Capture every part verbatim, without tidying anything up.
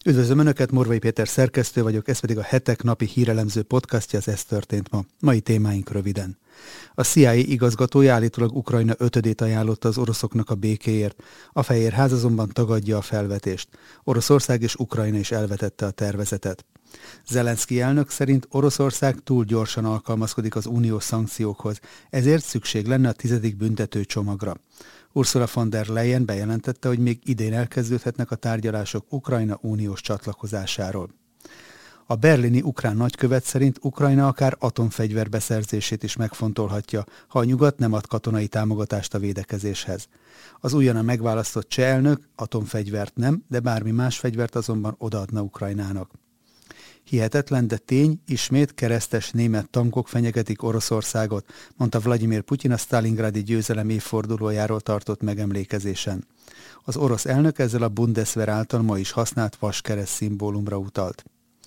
Üdvözlöm Önöket, Morvai Péter szerkesztő vagyok, ez pedig a Hetek napi hírelemző podcastja, az Ez történt ma. Mai témáink röviden. A C I A igazgatója állítólag Ukrajna ötödét ajánlotta az oroszoknak a békéért, a Fehérház azonban tagadja a felvetést. Oroszország és Ukrajna is elvetette a tervezetet. Zelenszky elnök szerint Oroszország túl gyorsan alkalmazkodik az uniós szankciókhoz, ezért szükség lenne a tizedik büntetőcsomagra. Ursula von der Leyen bejelentette, hogy még idén elkezdődhetnek a tárgyalások Ukrajna uniós csatlakozásáról. A berlini ukrán nagykövet szerint Ukrajna akár atomfegyver beszerzését is megfontolhatja, ha a nyugat nem ad katonai támogatást a védekezéshez. Az újonnan megválasztott cseh elnök atomfegyvert nem, de bármi más fegyvert azonban odaadna Ukrajnának. Hihetetlen, de tény, ismét keresztes német tankok fenyegetik Oroszországot, mondta Vladimir Putyin a sztálingrádi győzelem évfordulójáról tartott megemlékezésen. Az orosz elnök ezzel a Bundeswehr által ma is használt vaskereszt szimbólumra utalt.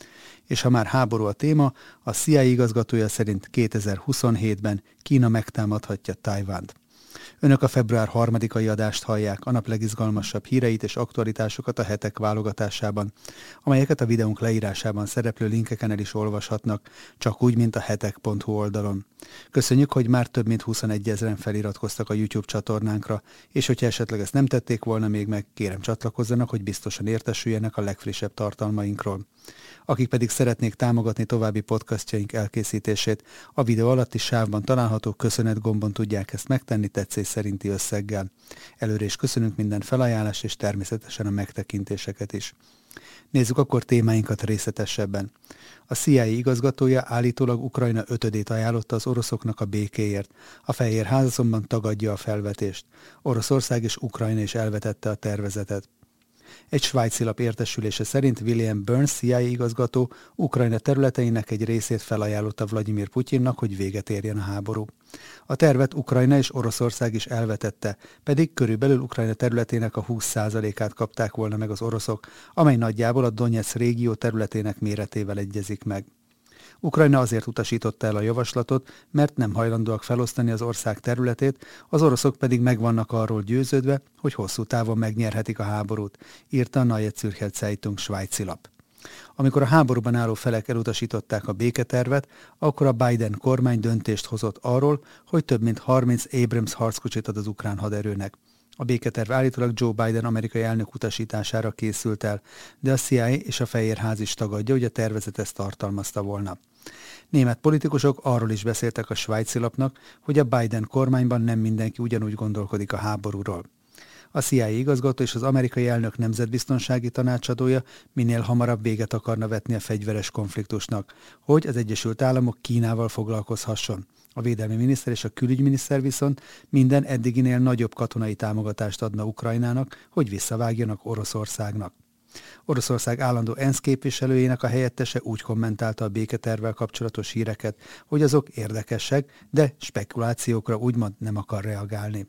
És ha már háború a téma, a C I A igazgatója szerint kétezer-huszonhétben Kína megtámadhatja Tajvant. Önök a február harmadikai adást hallják, a nap legizgalmasabb híreit és aktualitásokat a Hetek válogatásában, amelyeket a videónk leírásában szereplő linkeken el is olvashatnak, csak úgy, mint a hetek pont hu oldalon. Köszönjük, hogy már több mint huszonegyezren feliratkoztak a YouTube csatornánkra, és hogyha esetleg ezt nem tették volna még meg, kérem csatlakozzanak, hogy biztosan értesüljenek a legfrissebb tartalmainkról. Akik pedig szeretnék támogatni további podcastjaink elkészítését, a videó alatti sávban található köszönet gombon tudják ezt megtenni tetszés szerinti összeggel. Előre is köszönünk minden felajánlást és természetesen a megtekintéseket is. Nézzük akkor témáinkat részletesebben. A C I A igazgatója állítólag Ukrajna ötödét ajánlotta az oroszoknak a békéért, a Fehérház azonban tagadja a felvetést. Oroszország és Ukrajna is elvetette a tervezetet. Egy svájci lap értesülése szerint William Burns C I A igazgató Ukrajna területeinek egy részét felajánlotta Vladimir Putyinnak, hogy véget érjen a háború. A tervet Ukrajna és Oroszország is elvetette, pedig körülbelül Ukrajna területének a húsz százalékát kapták volna meg az oroszok, amely nagyjából a Donetsz régió területének méretével egyezik meg. Ukrajna azért utasította el a javaslatot, mert nem hajlandóak felosztani az ország területét, az oroszok pedig meg vannak arról győződve, hogy hosszú távon megnyerhetik a háborút, írta a Neue Zürcher Zeitung svájci lap. Amikor a háborúban álló felek elutasították a béketervet, akkor a Biden kormány döntést hozott arról, hogy több mint harminc Abrams harckocsit ad az ukrán haderőnek. A béketerv állítólag Joe Biden amerikai elnök utasítására készült el, de a C I A és a Fehérház is tagadja, hogy a tervezet ezt tartalmazta volna. Német politikusok arról is beszéltek a svájci lapnak, hogy a Biden kormányban nem mindenki ugyanúgy gondolkodik a háborúról. A C I A igazgató és az amerikai elnök nemzetbiztonsági tanácsadója minél hamarabb véget akarna vetni a fegyveres konfliktusnak, hogy az Egyesült Államok Kínával foglalkozhasson. A védelmi miniszter és a külügyminiszter viszont minden eddiginél nagyobb katonai támogatást adna Ukrajnának, hogy visszavágjanak Oroszországnak. Oroszország állandó ENSZ képviselőjének a helyettese úgy kommentálta a béketervvel kapcsolatos híreket, hogy azok érdekesek, de spekulációkra úgymond nem akar reagálni.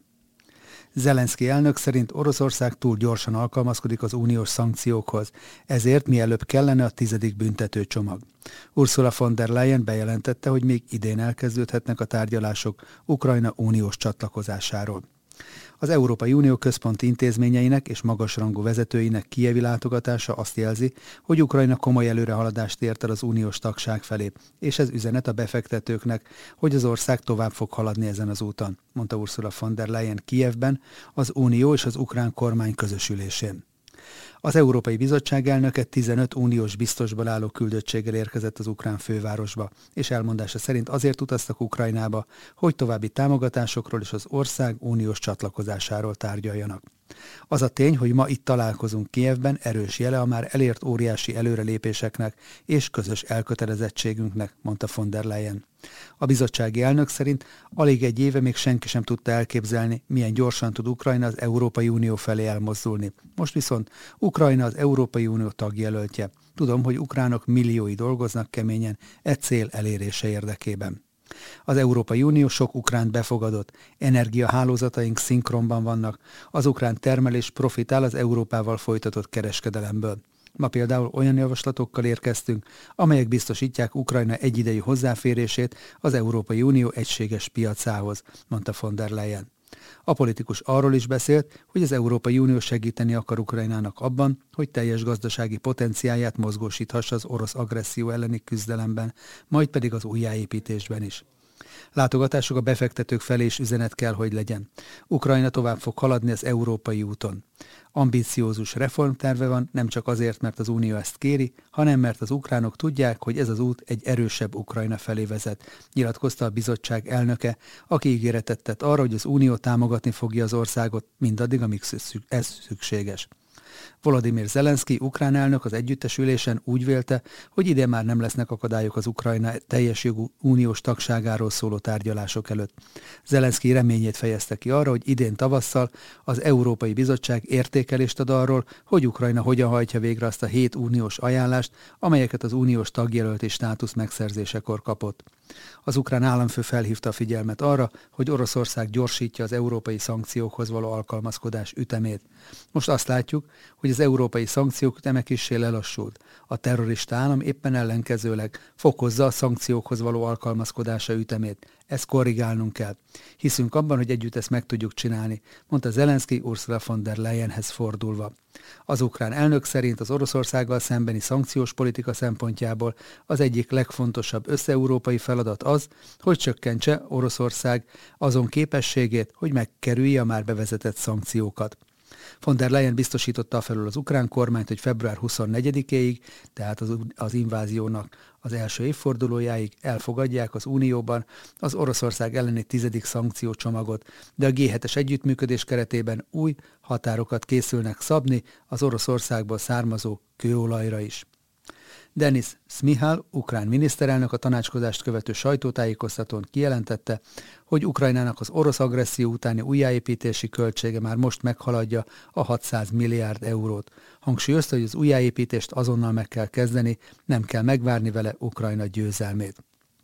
Zelenszky elnök szerint Oroszország túl gyorsan alkalmazkodik az uniós szankciókhoz, ezért mielőbb kellene a tizedik büntetőcsomag. Ursula von der Leyen bejelentette, hogy még idén elkezdődhetnek a tárgyalások Ukrajna uniós csatlakozásáról. Az Európai Unió központi intézményeinek és magasrangú vezetőinek kijevi látogatása azt jelzi, hogy Ukrajna komoly előrehaladást ért el az uniós tagság felé, és ez üzenet a befektetőknek, hogy az ország tovább fog haladni ezen az úton, mondta Ursula von der Leyen Kijevben az Unió és az ukrán kormány közös ülésén. Az Európai Bizottság elnöke tizenöt uniós biztosból álló küldöttséggel érkezett az ukrán fővárosba, és elmondása szerint azért utaztak Ukrajnába, hogy további támogatásokról és az ország uniós csatlakozásáról tárgyaljanak. Az a tény, hogy ma itt találkozunk Kijevben, erős jele a már elért óriási előrelépéseknek és közös elkötelezettségünknek, mondta von der Leyen. A bizottsági elnök szerint alig egy éve még senki sem tudta elképzelni, milyen gyorsan tud Ukrajna az Európai Unió felé elmozdulni. Most viszont Ukrajna az Európai Unió tagjelöltje. Tudom, hogy ukránok milliói dolgoznak keményen e cél elérése érdekében. Az Európai Unió sok ukránt befogadott, energiahálózataink szinkronban vannak, az ukrán termelés profitál az Európával folytatott kereskedelemből. Ma például olyan javaslatokkal érkeztünk, amelyek biztosítják Ukrajna egyidejű hozzáférését az Európai Unió egységes piacához, mondta von der Leyen. A politikus arról is beszélt, hogy az Európai Unió segíteni akar Ukrajnának abban, hogy teljes gazdasági potenciáját mozgósíthassa az orosz agresszió elleni küzdelemben, majd pedig az újjáépítésben is. Látogatásuk a befektetők felé is üzenet kell, hogy legyen. Ukrajna tovább fog haladni az európai úton. Ambiciózus reformterve van, nem csak azért, mert az Unió ezt kéri, hanem mert az ukránok tudják, hogy ez az út egy erősebb Ukrajna felé vezet, nyilatkozta a bizottság elnöke, aki ígéretet tett arra, hogy az Unió támogatni fogja az országot mindaddig, amíg ez szükséges. Volodymyr Zelenszky ukrán elnök az együttesülésen úgy vélte, hogy idén már nem lesznek akadályok az Ukrajna teljes jogú uniós tagságáról szóló tárgyalások előtt. Zelenszky reményét fejezte ki arra, hogy idén tavasszal az Európai Bizottság értékelést ad arról, hogy Ukrajna hogyan hajtja végre azt a hét uniós ajánlást, amelyeket az uniós tagjelölti státusz megszerzésekor kapott. Az ukrán államfő felhívta a figyelmet arra, hogy Oroszország gyorsítja az európai szankciókhoz való alkalmazkodás ütemét. Most azt látjuk, hogy az európai szankciók üteme kissé lelassult. A terrorista állam éppen ellenkezőleg fokozza a szankciókhoz való alkalmazkodása ütemét. Ezt korrigálnunk kell. Hiszünk abban, hogy együtt ezt meg tudjuk csinálni, mondta Zelenszky Ursula von der Leyenhez fordulva. Az ukrán elnök szerint az Oroszországgal szembeni szankciós politika szempontjából az egyik legfontosabb összeurópai feladat az, hogy csökkentse Oroszország azon képességét, hogy megkerülje a már bevezetett szankciókat. Von der Leyen biztosította afelől az ukrán kormányt, hogy február huszonnegyedikéig, tehát az, az inváziónak az első évfordulójáig elfogadják az Unióban az Oroszország elleni tizedik szankciócsomagot, de a gé hetes együttműködés keretében új határokat készülnek szabni az Oroszországból származó kőolajra is. Denis Szmihal, ukrán miniszterelnök a tanácskozást követő sajtótájékoztatón kijelentette, hogy Ukrajnának az orosz agresszió utáni újjáépítési költsége már most meghaladja a hatszáz milliárd eurót. Hangsúlyozta, hogy az újjáépítést azonnal meg kell kezdeni, nem kell megvárni vele Ukrajna győzelmét.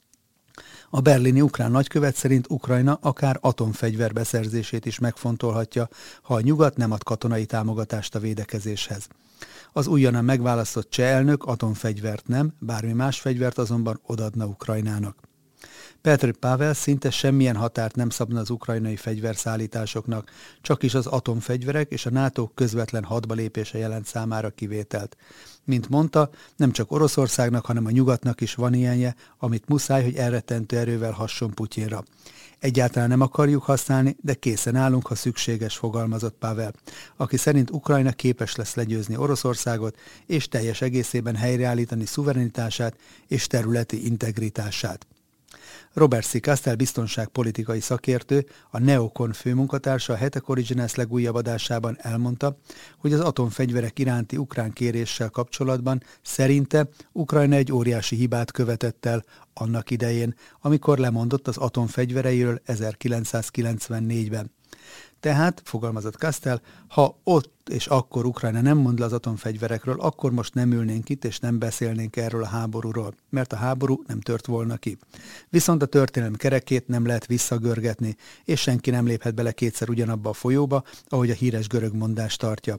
A berlini ukrán nagykövet szerint Ukrajna akár atomfegyver beszerzését is megfontolhatja, ha a nyugat nem ad katonai támogatást a védekezéshez. Az újonnan megválasztott cseh elnök atomfegyvert nem, bármi más fegyvert azonban odaadna Ukrajnának. Petr Pavel szinte semmilyen határt nem szabna az ukrajnai fegyverszállításoknak, csak is az atomfegyverek és a NATO közvetlen hadba lépése jelent számára kivételt. Mint mondta, nem csak Oroszországnak, hanem a nyugatnak is van ilyenje, amit muszáj, hogy elrettentő erővel hasson Putyinra. Egyáltalán nem akarjuk használni, de készen állunk, ha szükséges, fogalmazott Pavel, aki szerint Ukrajna képes lesz legyőzni Oroszországot és teljes egészében helyreállítani szuverenitását és területi integritását. Robert C. Castell biztonságpolitikai szakértő, a Neocon főmunkatársa a Hetek Originals legújabb adásában elmondta, hogy az atomfegyverek iránti ukrán kéréssel kapcsolatban szerinte Ukrajna egy óriási hibát követett el annak idején, amikor lemondott az atomfegyvereiről ezerkilencszázkilencvennégyben. Tehát, fogalmazott Castell, ha ott és akkor Ukrajna nem mond le az atomfegyverekről, akkor most nem ülnénk itt és nem beszélnénk erről a háborúról, mert a háború nem tört volna ki. Viszont a történelem kerekét nem lehet visszagörgetni, és senki nem léphet bele kétszer ugyanabba a folyóba, ahogy a híres görög mondás tartja.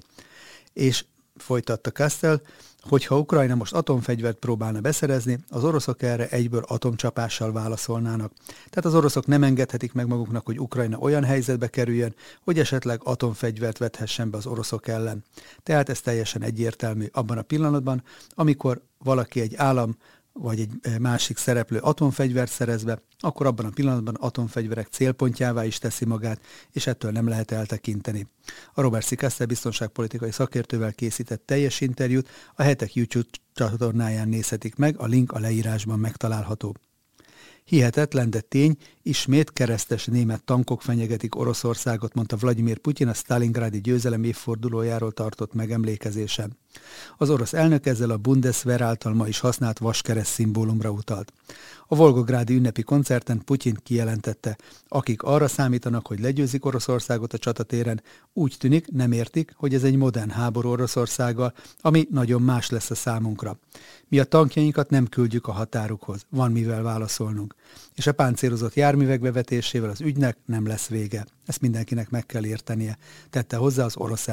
És folytatta Castell, hogyha Ukrajna most atomfegyvert próbálna beszerezni, az oroszok erre egyből atomcsapással válaszolnának. Tehát az oroszok nem engedhetik meg maguknak, hogy Ukrajna olyan helyzetbe kerüljön, hogy esetleg atomfegyvert vethessen be az oroszok ellen. Tehát ez teljesen egyértelmű abban a pillanatban, amikor valaki egy állam vagy egy másik szereplő atomfegyvert szerez be, akkor abban a pillanatban atomfegyverek célpontjává is teszi magát, és ettől nem lehet eltekinteni. A Robert C. Castell biztonságpolitikai szakértővel készített teljes interjút a Hetek YouTube csatornáján nézhetik meg, a link a leírásban megtalálható. Hihetetlen, de tény, ismét keresztes német tankok fenyegetik Oroszországot, mondta Vladimir Putyin a sztálingrádi győzelem évfordulójáról tartott megemlékezésen. Az orosz elnök ezzel a Bundeswehr által ma is használt vaskereszt szimbólumra utalt. A volgográdi ünnepi koncerten Putyin kijelentette, akik arra számítanak, hogy legyőzik Oroszországot a csatatéren, úgy tűnik, nem értik, hogy ez egy modern háború Oroszországgal, ami nagyon más lesz a számunkra. Mi a tankjainkat nem küldjük a határukhoz, van mivel válaszolnunk. És a páncélozott járművek bevetésével az ügynek nem lesz vége. Ezt mindenkinek meg kell értenie, tette hozzá az orosz elnök.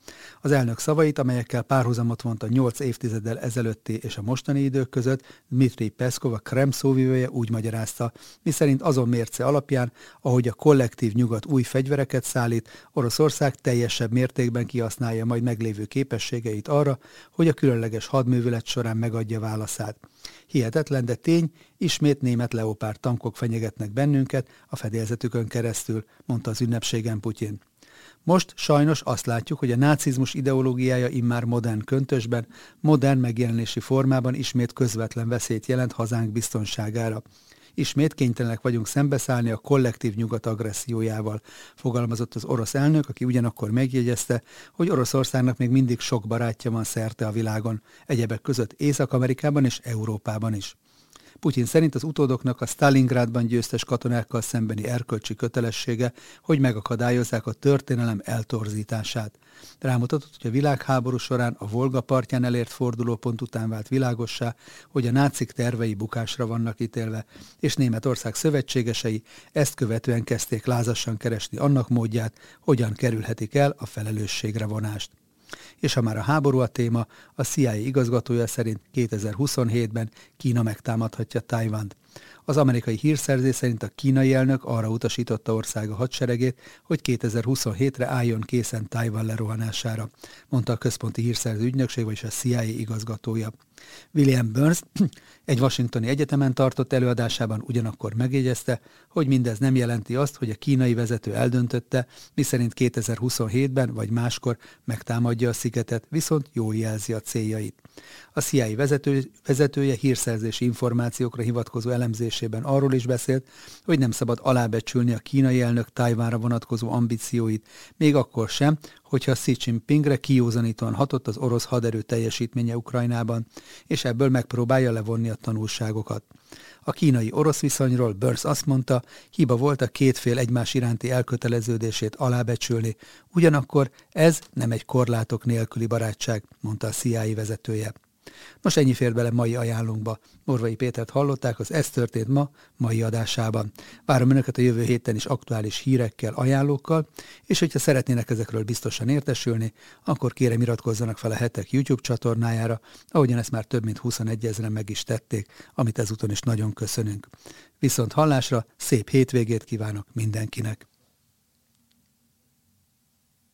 Az elnök szavait, amelyekkel párhuzamot vont a nyolc évtizeddel ezelőtti és a mostani idők között, Dmitri Peszkov, a Kreml szóvivője úgy magyarázta, miszerint azon mérce alapján, ahogy a kollektív nyugat új fegyvereket szállít, Oroszország teljesebb mértékben kihasználja majd meglévő képességeit arra, hogy a különleges hadművelet során megadja válaszát. Hihetetlen, de tény, ismét német Leopard tankok fenyegetnek bennünket a fedélzetükön keresztül, mondta az ünnepségen Putyin. Most sajnos azt látjuk, hogy a nácizmus ideológiája immár modern köntösben, modern megjelenési formában ismét közvetlen veszélyt jelent hazánk biztonságára. Ismét kénytelenek vagyunk szembeszállni a kollektív nyugat agressziójával, fogalmazott az orosz elnök, aki ugyanakkor megjegyezte, hogy Oroszországnak még mindig sok barátja van szerte a világon, egyebek között Észak-Amerikában és Európában is. Putyin szerint az utódoknak a Stalingrádban győztes katonákkal szembeni erkölcsi kötelessége, hogy megakadályozzák a történelem eltorzítását. Rámutatott, hogy a világháború során a Volga partján elért fordulópont után vált világossá, hogy a nácik tervei bukásra vannak ítélve, és Németország szövetségesei ezt követően kezdték lázassan keresni annak módját, hogyan kerülhetik el a felelősségre vonást. És ha már a háború a téma, a C I A igazgatója szerint kétezer-huszonhétben Kína megtámadhatja Tajvant. Az amerikai hírszerzés szerint a kínai elnök arra utasította országa hadseregét, hogy kétezer-huszonhétre álljon készen Tajvan lerohanására, mondta a központi hírszerző ügynökség, vagyis a C I A igazgatója. William Burns egy washingtoni egyetemen tartott előadásában ugyanakkor megjegyezte, hogy mindez nem jelenti azt, hogy a kínai vezető eldöntötte, miszerint kétezer-huszonhétben vagy máskor megtámadja a szigetet, viszont jól jelzi a céljait. A C I A vezető, vezetője hírszerzési információkra hivatkozó elemzésében arról is beszélt, hogy nem szabad alábecsülni a kínai elnök Tajvánra vonatkozó ambícióit, még akkor sem, hogyha Xi Jinpingre kijózanítóan hatott az orosz haderő teljesítménye Ukrajnában, és ebből megpróbálja levonni a tanulságokat. A kínai-orosz viszonyról Burns azt mondta, hiba volt a két fél egymás iránti elköteleződését alábecsülni, ugyanakkor ez nem egy korlátok nélküli barátság, mondta a C I A vezetője. Most ennyi fér bele mai ajánlónkba. Morvai Pétert hallották az Ez történt ma mai adásában. Várom önöket a jövő héten is aktuális hírekkel, ajánlókkal, és hogyha szeretnének ezekről biztosan értesülni, akkor kérem iratkozzanak fel a Hetek YouTube csatornájára, ahogyan ezt már több mint huszonegy ezren meg is tették, amit ezúton is nagyon köszönünk. Viszont hallásra, szép hétvégét kívánok mindenkinek!